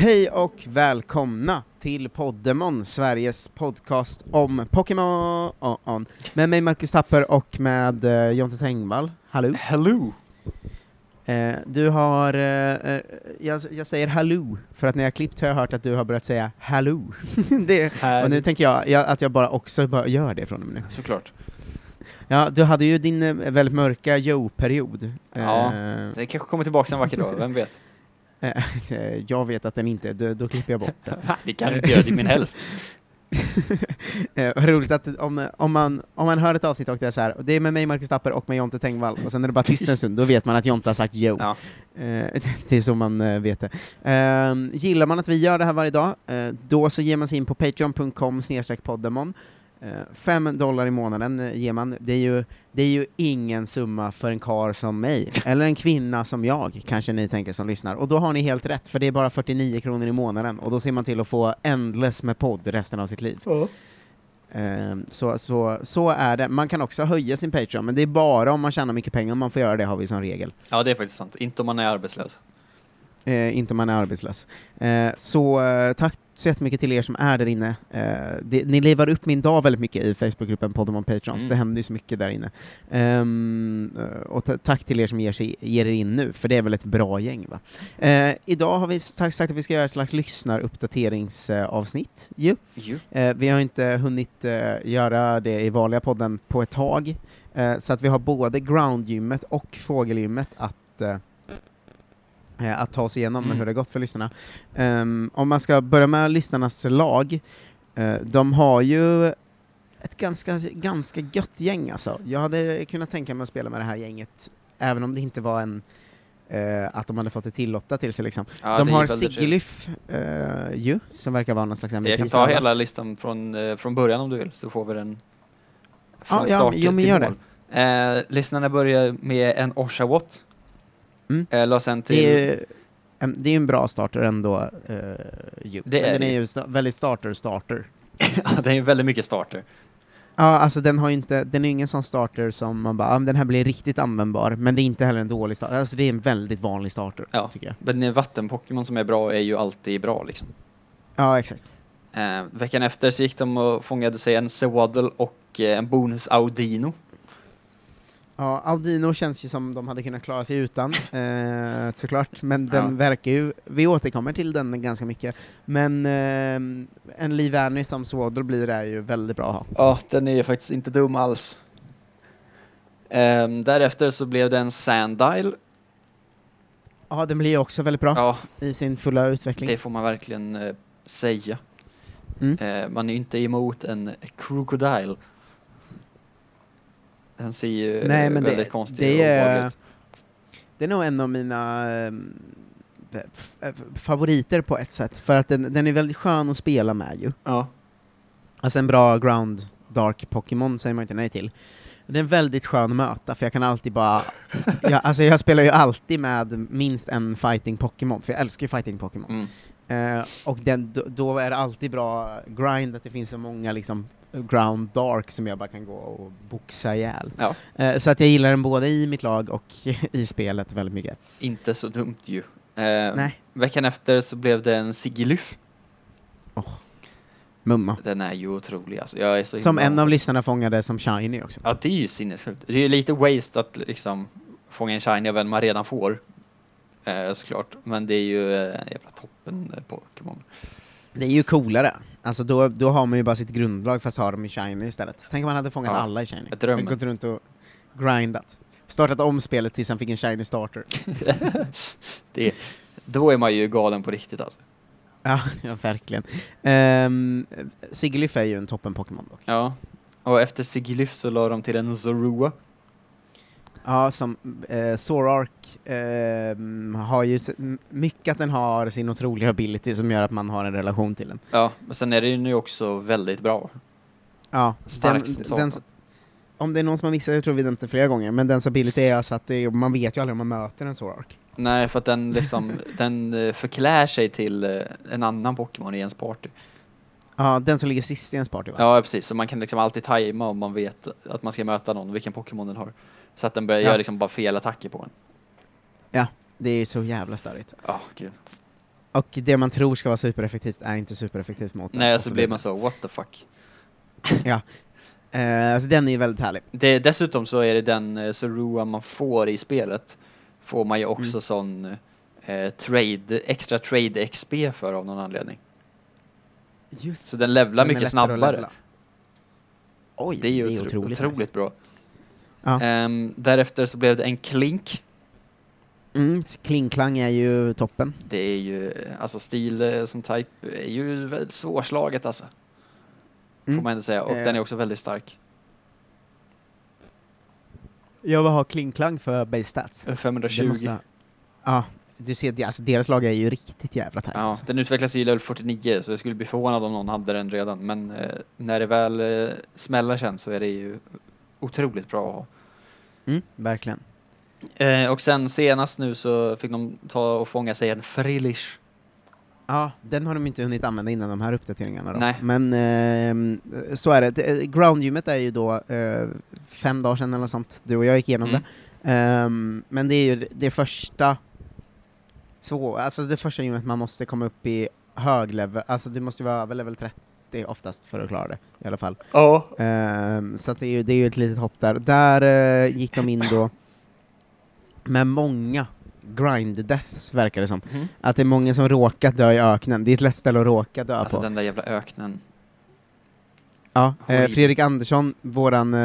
Hej och välkomna till Poddemon, Sveriges podcast om Pokémon. Med mig Marcus Tapper och med Jonte Tengvall. Hallå. Hello. Du har, jag säger hallå, för att när jag klippt har jag hört att du har börjat säga hallå. Och nu tänker jag att jag bara gör det från och med nu. Såklart. Ja, du hade ju din väldigt mörka Joe-period. Ja, det kanske kommer tillbaka en vacker dag, vem vet? Jag vet att den inte, då klipper jag bort det. Det kan du inte göra, det är min helst. Roligt att om man hör ett avsnitt och det är så här, det är med mig Marcus Tapper och med Jonte Tengvall, och sen är det bara tyst en stund, då vet man att Jonte har sagt jo. Ja. Det är så man vet det. Gillar man att vi gör det här varje dag, då så ger man sig in på patreon.com/poddemon. $5 i månaden ger man. Det är ju ingen summa för en kar som mig, eller en kvinna som jag, kanske ni tänker som lyssnar. Och då har ni helt rätt, för det är bara 49 kronor i månaden, och då ser man till att få endless med podd resten av sitt liv. Så är det. Man kan också höja sin Patreon, men det är bara om man tjänar mycket pengar man får göra det, har vi som regel. Ja, det är faktiskt sant. Inte om man är arbetslös. Inte om man är arbetslös. Så tack så jättemycket till er som är där inne. Ni lever upp min dag väldigt mycket i Facebookgruppen Poddemon Patrons. Det händer ju så mycket där inne. Och tack till er som ger er in nu, för det är väl ett bra gäng, va? Idag har vi sagt att vi ska göra ett slags lyssnaruppdateringsavsnitt. Vi har inte hunnit göra det i vanliga podden på ett tag. Så att vi har både groundgymmet och fågelgymmet att ta oss igenom hur det gått för lyssnarna. Om man ska börja med lyssnarnas lag, de har ju ett ganska gött gäng, alltså. Jag hade kunnat tänka mig att spela med det här gänget, även om det inte var att de hade fått det tillåta till sig, liksom. Ja, de har Sigilyph, som verkar vara någon slags MVP. Jag kan ta hela listan från början om du vill, så får vi den från start till mål. Lyssnarna börjar med en Oshawott. Eller sen till... Det är ju en bra starter ändå, men den är ju väldigt starter. Ja, det är ju väldigt mycket starter. Ja, alltså den är ingen sån starter som man bara, den här blir riktigt användbar, men det är inte heller en dålig starter. Alltså det är en väldigt vanlig starter, tycker jag. Men vatten-Pokémon som är bra är ju alltid bra, liksom. Ja, exakt. Veckan efter så gick de och fångade sig en Sewaddle och en bonus Audino. Ja, Audino känns ju som de hade kunnat klara sig utan, såklart, men den verkar ju, vi återkommer till den ganska mycket, men en Liverney som Sewaddle blir är ju väldigt bra att ha. Ja, den är ju faktiskt inte dum alls. Därefter så blev det en Sandile. Ja, den blir ju också väldigt bra i sin fulla utveckling. Det får man verkligen säga. Man är ju inte emot en Crocodile. Den ser ju väldigt konstig ut. Det är nog en av mina favoriter på ett sätt, för att den är väldigt skön att spela med ju. Ja. Alltså en bra ground dark Pokémon säger man inte nej till. Den är väldigt skön att möta, för jag kan alltid bara... jag spelar ju alltid med minst en fighting Pokémon, för jag älskar ju fighting Pokémon. Och då är det alltid bra grind, att det finns så många liksom ground dark som jag bara kan gå och boxa ihjäl. Så att jag gillar den både i mitt lag och i spelet väldigt mycket. Inte så dumt ju. Nej. Veckan efter så blev det en Sigilyph. Mumma. Den är ju otrolig, alltså. Jag är så som en av lyssnarna fångade som shiny också. Ja, det är ju sinnessjukt. Det är lite waste att liksom fånga en shiny av en man redan får. Såklart. Men det är ju en jävla toppen Pokémon. Det är ju coolare. Alltså då har man ju bara sitt grundlag, fast har de i shiny istället. Tänk om man hade fångat alla i shiny. Drömmen. Gått runt och grindat. Startat om spelet tills han fick en shiny starter. Då är man ju galen på riktigt, alltså. Ja, verkligen. Sigilyph är ju en toppen Pokémon dock. Ja, och efter Sigilyph så la de till en Zorua. Ja, som Zoroark har ju mycket att den har sin otroliga ability som gör att man har en relation till den. Ja, men sen är det ju nu också väldigt bra. Ja, om det är någon som har missat, jag tror vi nämnt flera gånger, men dens ability är alltså att man vet ju aldrig om man möter en Zoroark. Nej, för att den liksom den förklär sig till en annan Pokémon i ens party. Ja, den som ligger sist i ens party, va? Ja, precis. Så man kan liksom alltid tajma om man vet att man ska möta någon, vilken Pokémon den har. Så att den börjar göra liksom bara fel attacker på en. Ja, det är så jävla störigt. Ja, gud. Och det man tror ska vara supereffektivt är inte supereffektivt mot den. Nej, så blir man så, what the fuck. Ja. Så den är ju väldigt härlig. Dessutom så är det den Zorua man får i spelet. Får man ju också sån extra trade XP för av någon anledning. Just. Så den levlar mycket snabbare. Oj, det är ju otroligt bra. Ja. Därefter så blev det en klink. Klinklang är ju toppen. Det är ju, alltså stil som type är ju väldigt svårslaget alltså. Får man ändå säga. Och den är också väldigt stark. Jag vill ha klinklang för base stats. 520. Ja, du ser, alltså deras lag är ju riktigt jävla tajt. Ja, alltså. Den utvecklas i level 49, så jag skulle bli förvånad om någon hade den redan. Men när det väl smäller sen så är det ju otroligt bra att ha. Verkligen. Och sen senast nu så fick de ta och fånga sig en Frillish. Ja, den har de inte hunnit använda innan de här uppdateringarna då. Nej. Men så är det. Ground-gymmet är ju då 5 dagar sedan eller sånt. Du och jag gick igenom det. Men det är ju det första det första gymmet man måste komma upp i hög level. Alltså du måste vara över level 30 oftast för att klara det i alla fall. Ja. Så att det är ju ett litet hopp där. Där gick de in då med många grind deaths, verkar det som. Att det är många som råkat dö i öknen. Det är ett lätt ställe att råka dö alltså på. Den där jävla öknen. Ja, Fredrik Andersson, våran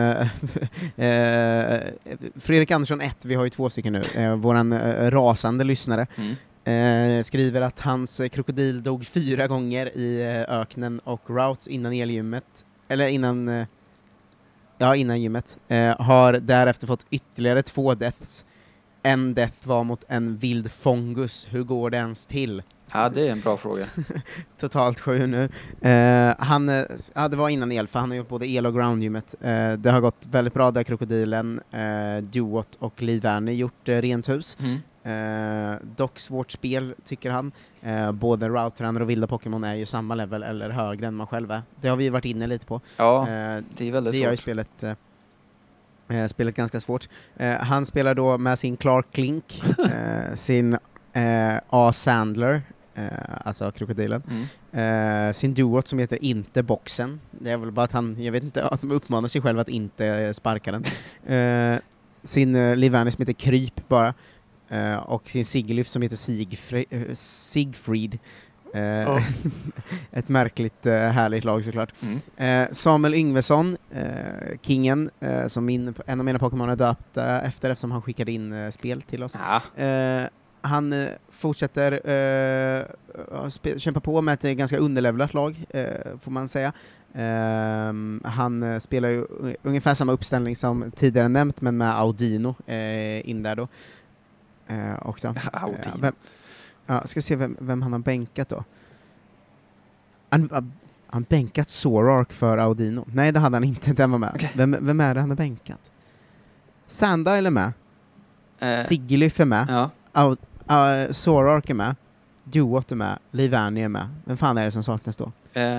Fredrik Andersson 1, vi har ju 2 stycken nu, våran rasande lyssnare, skriver att hans krokodil dog 4 gånger i öknen och routes innan elgymmet, eller innan gymmet, har därefter fått ytterligare 2 deaths. En death var mot en vild fungus. Hur går det ens till? Ja, det är en bra fråga. Totalt 7 nu. Det var innan el, för han har gjort både el och ground-gymmet. Det har gått väldigt bra där krokodilen, Duot och Lee Werner gjort rent hus. Dock svårt spel, tycker han. Både Route-tränare och vilda Pokémon är ju samma level eller högre än man själv är. Det har vi ju varit inne lite på. Ja, det är väldigt svårt. Det gör ju spelet ganska svårt. Han spelar då med sin Clark Klink, sin A. Sandler, alltså krokodilen, sin Duot som heter inte boxen. Det är väl bara att jag vet inte, att de uppmanar sig själv att inte sparka den. Sin Livani som heter Kryp bara, och sin Sigilyph som heter Siegfried. Ett märkligt härligt lag såklart. Samuel Yngvesson, kingen, som en av mina Pokémon är döpt efter, eftersom han skickade in spel till oss. Han fortsätter kämpa på med ett ganska underlevlat lag, får man säga. Han spelar ju ungefär samma uppställning som tidigare nämnt, men med Audino in där då också. Ska se vem han har bänkat då. Han bänkat Zoroark för Audino. Nej, det hade han inte. Den var med. Okay. Vem är det han har bänkat? Sandile är med. Sigilyph är med. Ja. Zoroark är med. Duot är med. Livani är med. Vem fan är det som saknas då?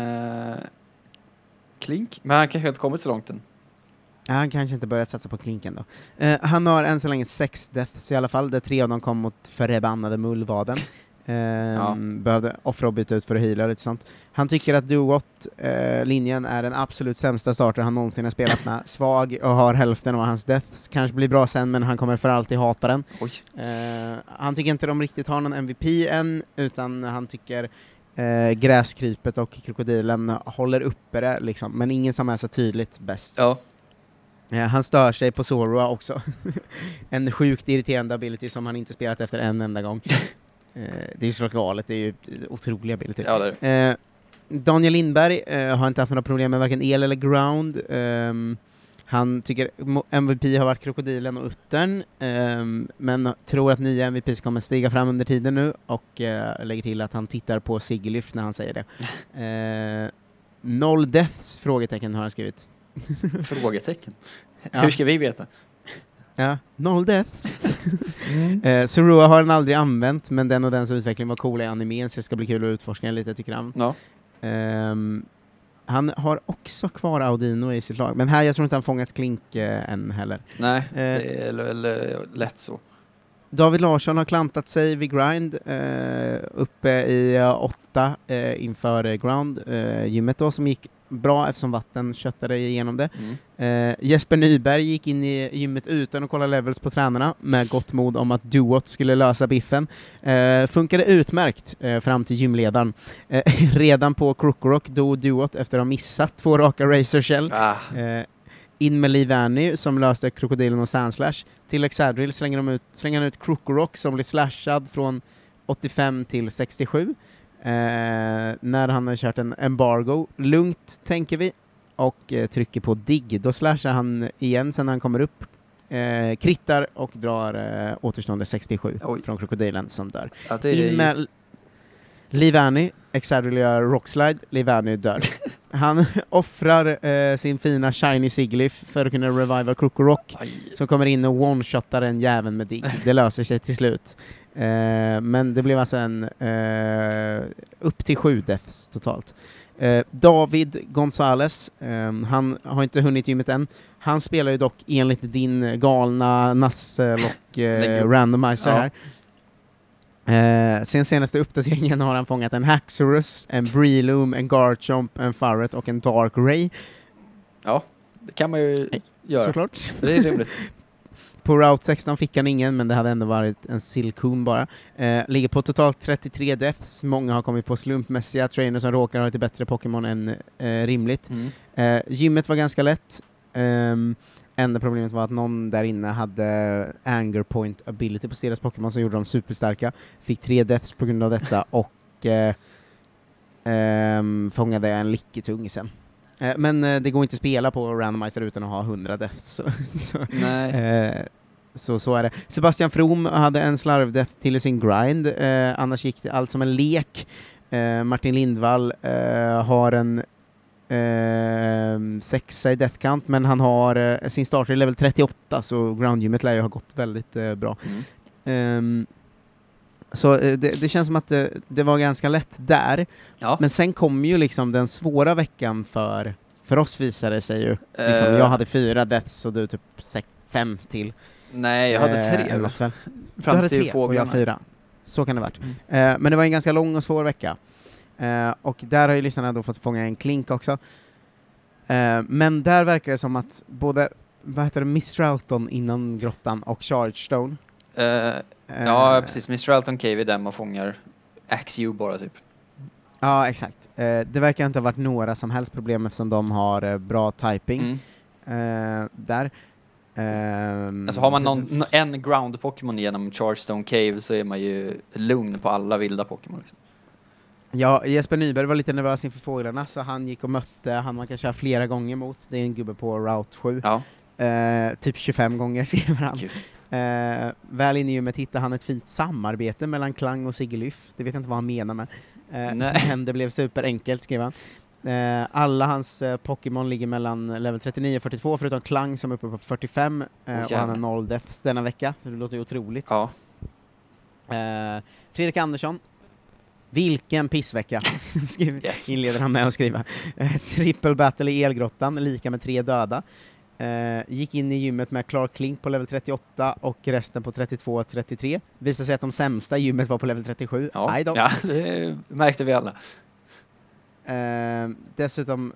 Klink? Men han kanske inte kommit så långt än. Han kanske inte börjat satsa på klinken då. Han har än så länge 6 deaths i alla fall, där 3 av dem kom mot förbannade mullvaden. Behövde offra och byta ut för att heala och lite sånt. Han tycker att Duot-linjen är den absolut sämsta starter han någonsin har spelat med. Svag och har hälften av hans deaths. Kanske blir bra sen, men han kommer för alltid hata den. Han tycker inte de riktigt har någon MVP än, utan han tycker gräskrypet och krokodilen håller uppe det liksom, men ingen som är så tydligt bäst. Ja. Han stör sig på Zorua också. En sjukt irriterande ability som han inte spelat efter en enda gång. Det är ju så galet, det är ju otroliga ability. Ja, det är. Daniel Lindberg har inte haft några problem med varken el eller ground. Han tycker MVP har varit krokodilen och uttern, men tror att nya MVPs kommer stiga fram under tiden nu, och lägger till att han tittar på Sigilyph när han säger det. 0 deaths, frågetecken har han skrivit. Frågetecken? Ja. Hur ska vi veta? Ja, 0 deaths. Zorua har han aldrig använt, men den och dens utveckling var cool i animen, så det ska bli kul att utforska den lite, tycker han. Ja. Han har också kvar Audino i sitt lag, men här jag tror inte han fångat Klink än heller. Nej, det är väl lätt så. David Larsson har klantat sig vid grind uppe i 8 inför ground gymmet då, som gick bra eftersom vatten köttade igenom det. Jesper Nyberg gick in i gymmet utan att kolla levels på tränarna med gott mod om att Duot skulle lösa biffen. Funkade utmärkt fram till gymledaren. Redan på Crocorock dog Duot efter att ha missat 2 raka Razor Shell. In med Lee Vanny som löste krokodilen och Sandslash. Till Excadrill slänger han ut Crocorock som blir slashad från 85 till 67. När han har kört en embargo. Lugnt tänker vi och trycker på dig. Då slashar han igen sen när han kommer upp. Krittar och drar återstående 67 från krokodilen som dör. Ja, in med Lee Vanny. Excadrill gör rockslide. Lee Vanny dör. Han offrar sin fina shiny Sigilyph för att kunna reviva Crocorock som kommer in och one-shotar en jäveln med dig. Det löser sig till slut. Men det blev alltså upp till 7 deaths totalt. David Gonzales, han har inte hunnit gymmet än. Han spelar ju dock enligt din galna Nuzlocke randomizer här. Sen senaste uppdateringen har han fångat en Haxorus, en Breloom, en Garchomp, en Farret och en Dark Ray. Ja, det kan man ju göra. Såklart. Det är rimligt. På Route 16 fick han ingen, men det hade ändå varit en Silcoon bara. Ligger på totalt 33 deaths. Många har kommit på slumpmässiga trainers som råkar ha lite bättre Pokémon än rimligt. Gymmet var ganska lätt. Enda problemet var att någon där inne hade Anger Point ability på deras Pokémon som gjorde dem superstarka. Fick 3 deaths på grund av detta och fångade en Lickitung sen. Men det går inte att spela på randomizer utan att ha 100 deaths. Så är det. Sebastian From hade en slarvdeath till i sin grind. Annars gick det allt som en lek. Martin Lindvall har en 6 i death count, men han har sin starter i level 38, så groundgymmet lär ju ha gått väldigt bra. Så det känns som att det var ganska lätt där. Ja. Men sen kom ju liksom den svåra veckan för oss, visade sig ju. Liksom, jag hade 4 deaths och du typ 5 till. Nej, jag hade 3. Du hade 3 och jag 4. Så kan det ha varit. Men det var en ganska lång och svår vecka. Och där har ju lyssnarna då fått fånga en klink också. Men där verkar det som att både, Mistralton innan grottan och Chargestone. Ja, precis. Mistralton cave är där man fångar Axew bara typ. Ja, exakt. Det verkar inte ha varit några som helst problem eftersom de har bra typing där. Alltså har man en ground Pokémon genom Chargestone cave så är man ju lugn på alla vilda Pokémon liksom. Ja, Jesper Nyberg var lite nervös inför fåglarna så han gick och mötte han man kan köra flera gånger mot. Det är en gubbe på Route 7. Ja. Typ 25 gånger skriver han. Väl in i gymmet hittade han ett fint samarbete mellan Klang och Sigilyph. Det vet jag inte vad han menar med. Men det blev superenkelt, skrev han. Alla hans Pokémon ligger mellan level 39 och 42 förutom Klang som är uppe på 45 och han har 0 deaths denna vecka. Så det låter ju otroligt. Ja. Fredrik Andersson. Vilken pissvecka, inleder han med att skriva. Triple battle i Elgrottan, lika med 3 döda. Gick in i gymmet med Clark Klink på level 38 och resten på 32 och 33. Visade sig att de sämsta i gymmet var på level 37. Ja, det märkte vi alla. Dessutom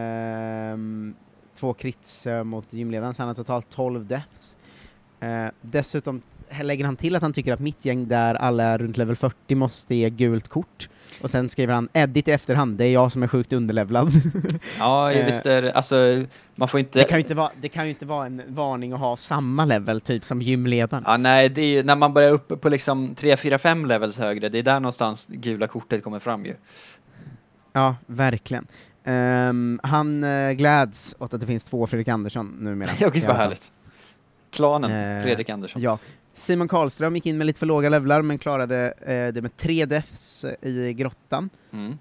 2 krits mot gymledaren, så han har totalt 12 deaths. Dessutom lägger han till att han tycker att mitt gäng där alla är runt level 40 måste ge gult kort. Och sen skriver han edit i efterhand, det är jag som är sjukt underlevlad. Ja, visst är det, alltså man får inte... Det kan ju inte vara en varning att ha samma level typ som gymledaren. Ja, nej, det är ju när man börjar uppe på liksom 3, 4, 5 levels högre, det är där någonstans gula kortet kommer fram ju. Ja, verkligen. Han gläds åt att det finns 2 Fredrik Andersson numera. Ja, gud vad härligt. Klanen, Fredrik Andersson. Ja. Simon Karlström gick in med lite för låga levlar men klarade det med 3 deaths i grottan.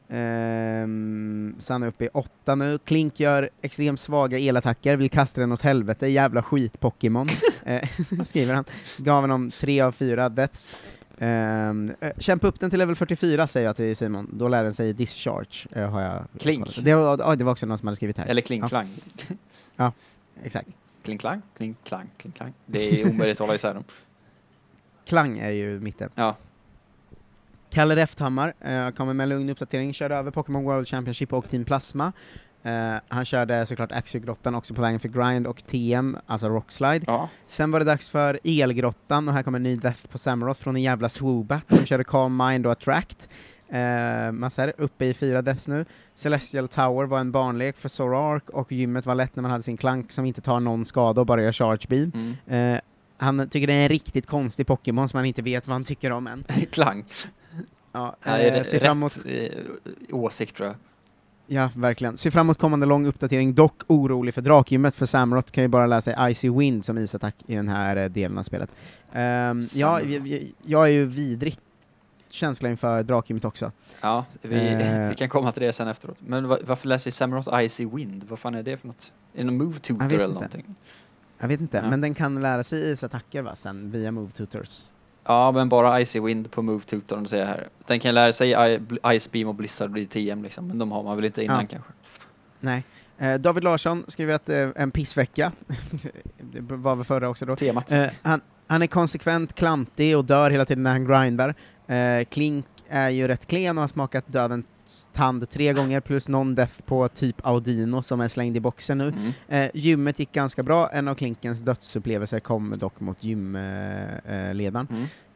Så han är uppe i 8 nu. Klink gör extremt svaga elattacker, vill kasta den åt helvete, jävla skit-Pokémon. Skriver han. Gav honom 3 av 4 deaths. Kämpa upp den till level 44, säger jag till Simon. Då lär den sig discharge. Har jag Klink. Det var också någon som hade skrivit här. Eller klink-klang. Ja, exakt. Klink-klang, klink-klang, klink-klang. Det är omöjligt att hålla isär dem. Klang är ju mitten. Ja. Kalle Räfthammar kommer med en lugn uppdatering, körde över Pokémon World Championship och Team Plasma. Han körde såklart Axio-grottan också på vägen för Grind och TM, alltså Rockslide. Ja. Sen var det dags för Elgrottan, och här kommer en ny death på Samroth från en jävla Swoobat som körde Calm Mind och Attract. Massor, uppe i 4 deaths nu. Celestial Tower var en barnlek för Zoroark, och gymmet var lätt när man hade sin Klank som inte tar någon skada och bara gör Charge Beam. Han tycker det är en riktigt konstig Pokémon som man inte vet vad han tycker om än. Klang. Ja, ser fram emot åsikt, tror jag. Ja, verkligen. Se fram emot kommande lång uppdatering, dock orolig för drakgymmet, för Samroth kan ju bara lära sig Icy Wind som isattack i den här delen av spelet. Jag är ju vidrigt känsla inför drakgymmet också. Ja, vi kan komma till det sen efteråt. Men varför läser Samroth Icy Wind? Vad fan är det för något? Är det någon move tutor eller någonting? Jag vet inte, men den kan lära sig isattacker va, sen via move tutors. Ja, men bara Icy Wind på move tutor, säger jag här. Den kan lära sig Ice Beam och Blizzard blir TM liksom, men de har man väl inte innan kanske. Nej. David Larsson skriver att en pissvecka. Det var väl förra också då. Temat. Han är konsekvent klantig och dör hela tiden när han grindar. Klink är ju rätt klen och har smakat dödens tand 3 gånger plus någon death på typ Audino som är slängd i boxen nu. Gymmet gick ganska bra. En av Klinkens dödsupplevelser kom dock mot gymledaren.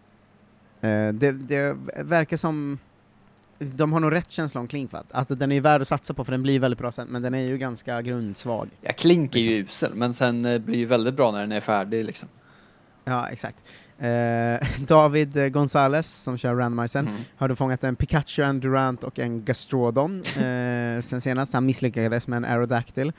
Det verkar som de har nog rätt känsla om Klink, va? Alltså den är ju värd att satsa på för den blir väldigt bra sen, men den är ju ganska grundsvag. Ja, Klink är ju usel, men sen blir ju väldigt bra när den är färdig liksom. Ja, exakt. David Gonzales som kör randomizern har då fångat en Pikachu, en Durant och en Gastrodon sen senast. Han misslyckades med en Aerodactyl.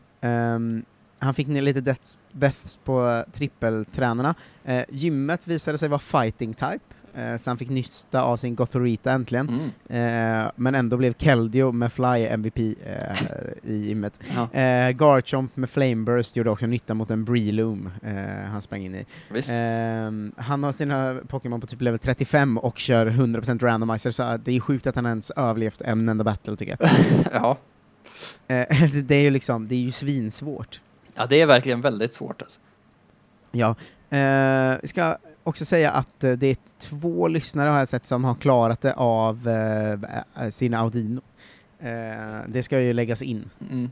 Han fick ner lite deaths på trippeltränarna. Gymmet visade sig vara fighting type, så han fick nysta av sin Gothorita äntligen. Men ändå blev Keldeo med Fly MVP i gymmet. Garchomp med Flameburst gjorde också nytta mot en Breloom han sprang in i. Han har sina Pokémon på typ level 35 och kör 100% randomizer, så det är sjukt att han ens överlevt en enda battle, tycker jag. Ja. Det är ju liksom, det är ju svinsvårt. Ja, det är verkligen väldigt svårt alltså. Ja. Vi ska också säga att det är 2 lyssnare har jag sett som har klarat det av sina Audino. Det ska ju läggas in.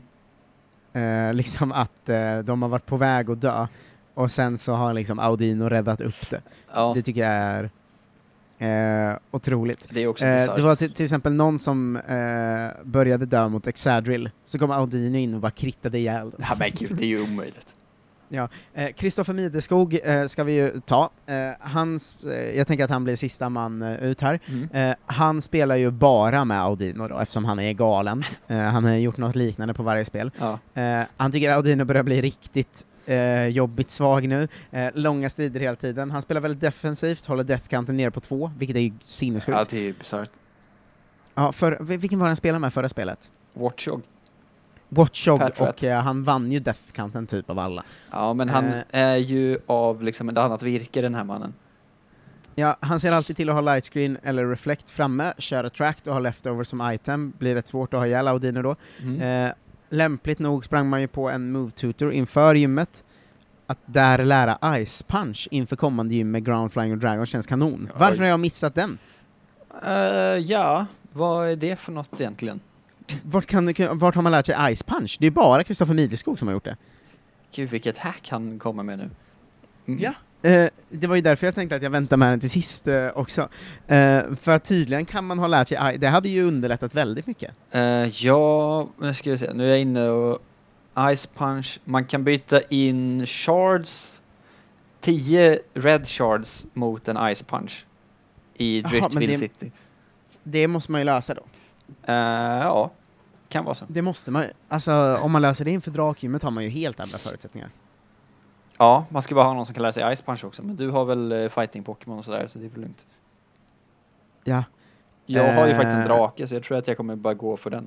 Liksom att de har varit på väg att dö och sen så har liksom Audino räddat upp det. Ja. Det tycker jag är otroligt. Det är också det var till exempel någon som började dö mot Exadrill, så kom Audino in och bara krittade ihjäl. Ja, men gud, det är ju omöjligt. Ja, Kristoffer Mideskog ska vi ju ta. Jag tänker att han blir sista man ut här. Han spelar ju bara med Audino då, eftersom han är galen. Han har gjort något liknande på varje spel. Han tycker att Audino börjar bli riktigt jobbigt svag nu. Långa strider hela tiden. Han spelar väldigt defensivt, håller deathcounten ner på 2, vilket är ju sinnessjukt. Ja, det är bisarrt. Ja, vilken var han spelade med förra spelet? Watchog, och han vann ju deathcounten typ av alla. Ja, men han är ju av liksom ett annat virke, den här mannen. Ja, han ser alltid till att ha lightscreen eller reflect framme, kör attract och ha leftover som item. Blir rätt svårt att ha ihjäl Audino då. Lämpligt nog sprang man ju på en move tutor inför gymmet. Att där lära Ice Punch inför kommande gym med Ground Flying och Dragon känns kanon. Varför har jag missat den? Ja, vad är det för något egentligen? Vart har man lärt sig Ice Punch? Det är bara Kristoffer Mideskog som har gjort det. Gud, vilket hack han kommer med nu. Ja, det var ju därför jag tänkte att jag väntar med den till sist också. För att tydligen kan man ha lärt sig, det hade ju underlättat väldigt mycket. Ja, nu ska vi se. Nu är jag inne och Ice Punch. Man kan byta in shards, 10 red shards mot en Ice Punch i Driftville City. Det måste man ju lösa då. Ja, kan vara så. Det måste man, alltså om man löser det inför drakgymmet har man ju helt andra förutsättningar. Ja, man ska bara ha någon som kan lära sig Ice Punch också, men du har väl fighting Pokémon och sådär, så det är väl lugnt. Ja. Jag har ju faktiskt en drake, så jag tror att jag kommer bara gå för den.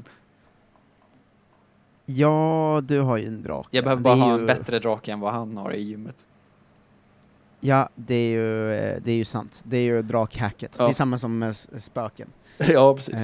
Ja, du har ju en drake. Jag behöver bara ha en bättre drake än vad han har i gymmet. Ja, det är ju sant. Det är ju drakhacket. Ja. Det är samma som med spöken. Ja, precis.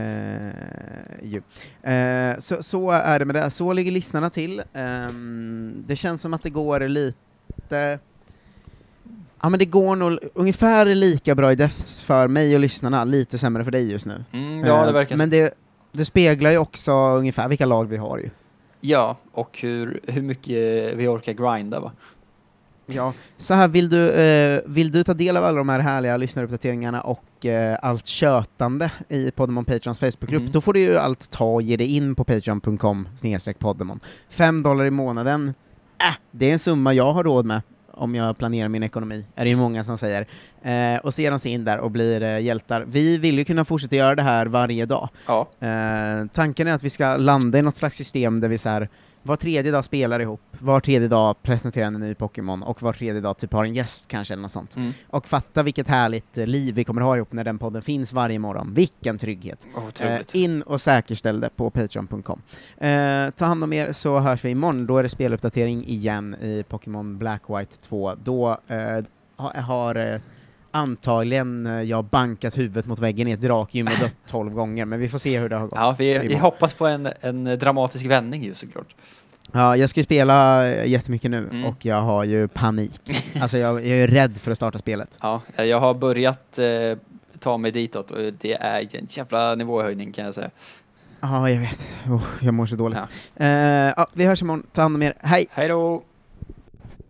Så är det med det. Så ligger lyssnarna till. Det känns som att det går lite... Ja, men det går nog ungefär lika bra i deaths för mig och lyssnarna, lite sämre för dig just nu. Ja, det verkar. Men det speglar ju också ungefär vilka lag vi har ju. Ja, och hur mycket vi orkar grinda, va? Ja, så här, vill du ta del av alla de här härliga lyssnaruppdateringarna och allt kötande i Poddemon Patrons Facebookgrupp, då får du ju allt ta och ge dig in på patreon.com/poddemon. $5 i månaden, det är en summa jag har råd med om jag planerar min ekonomi, är det ju många som säger. Och ser de sig in där och blir hjältar. Vi vill ju kunna fortsätta göra det här varje dag. Ja. Tanken är att vi ska landa i något slags system där vi så här, var tredje dag spelar ihop, var tredje dag presenterar en ny Pokémon och var tredje dag typ har en gäst kanske eller något sånt. Och fatta vilket härligt liv vi kommer ha ihop när den podden finns varje morgon. Vilken trygghet. In och säkerställ det på patreon.com. Ta hand om er så hörs vi imorgon. Då är det speluppdatering igen i Pokémon Black White 2. Då har antagligen jag bankat huvudet mot väggen i ett drakgym och dött 12 gånger, men vi får se hur det har gått. Ja, vi hoppas på en dramatisk vändning ju såklart. Ja, jag ska ju spela jättemycket nu och jag har ju panik. Alltså jag är rädd för att starta spelet. Ja, jag har börjat ta mig ditåt och det är en jävla nivåhöjning kan jag säga. Ja, jag vet. Jag mår så dåligt. Ja. Vi hörs imorgon. Ta hand om er. Hej! Hej då!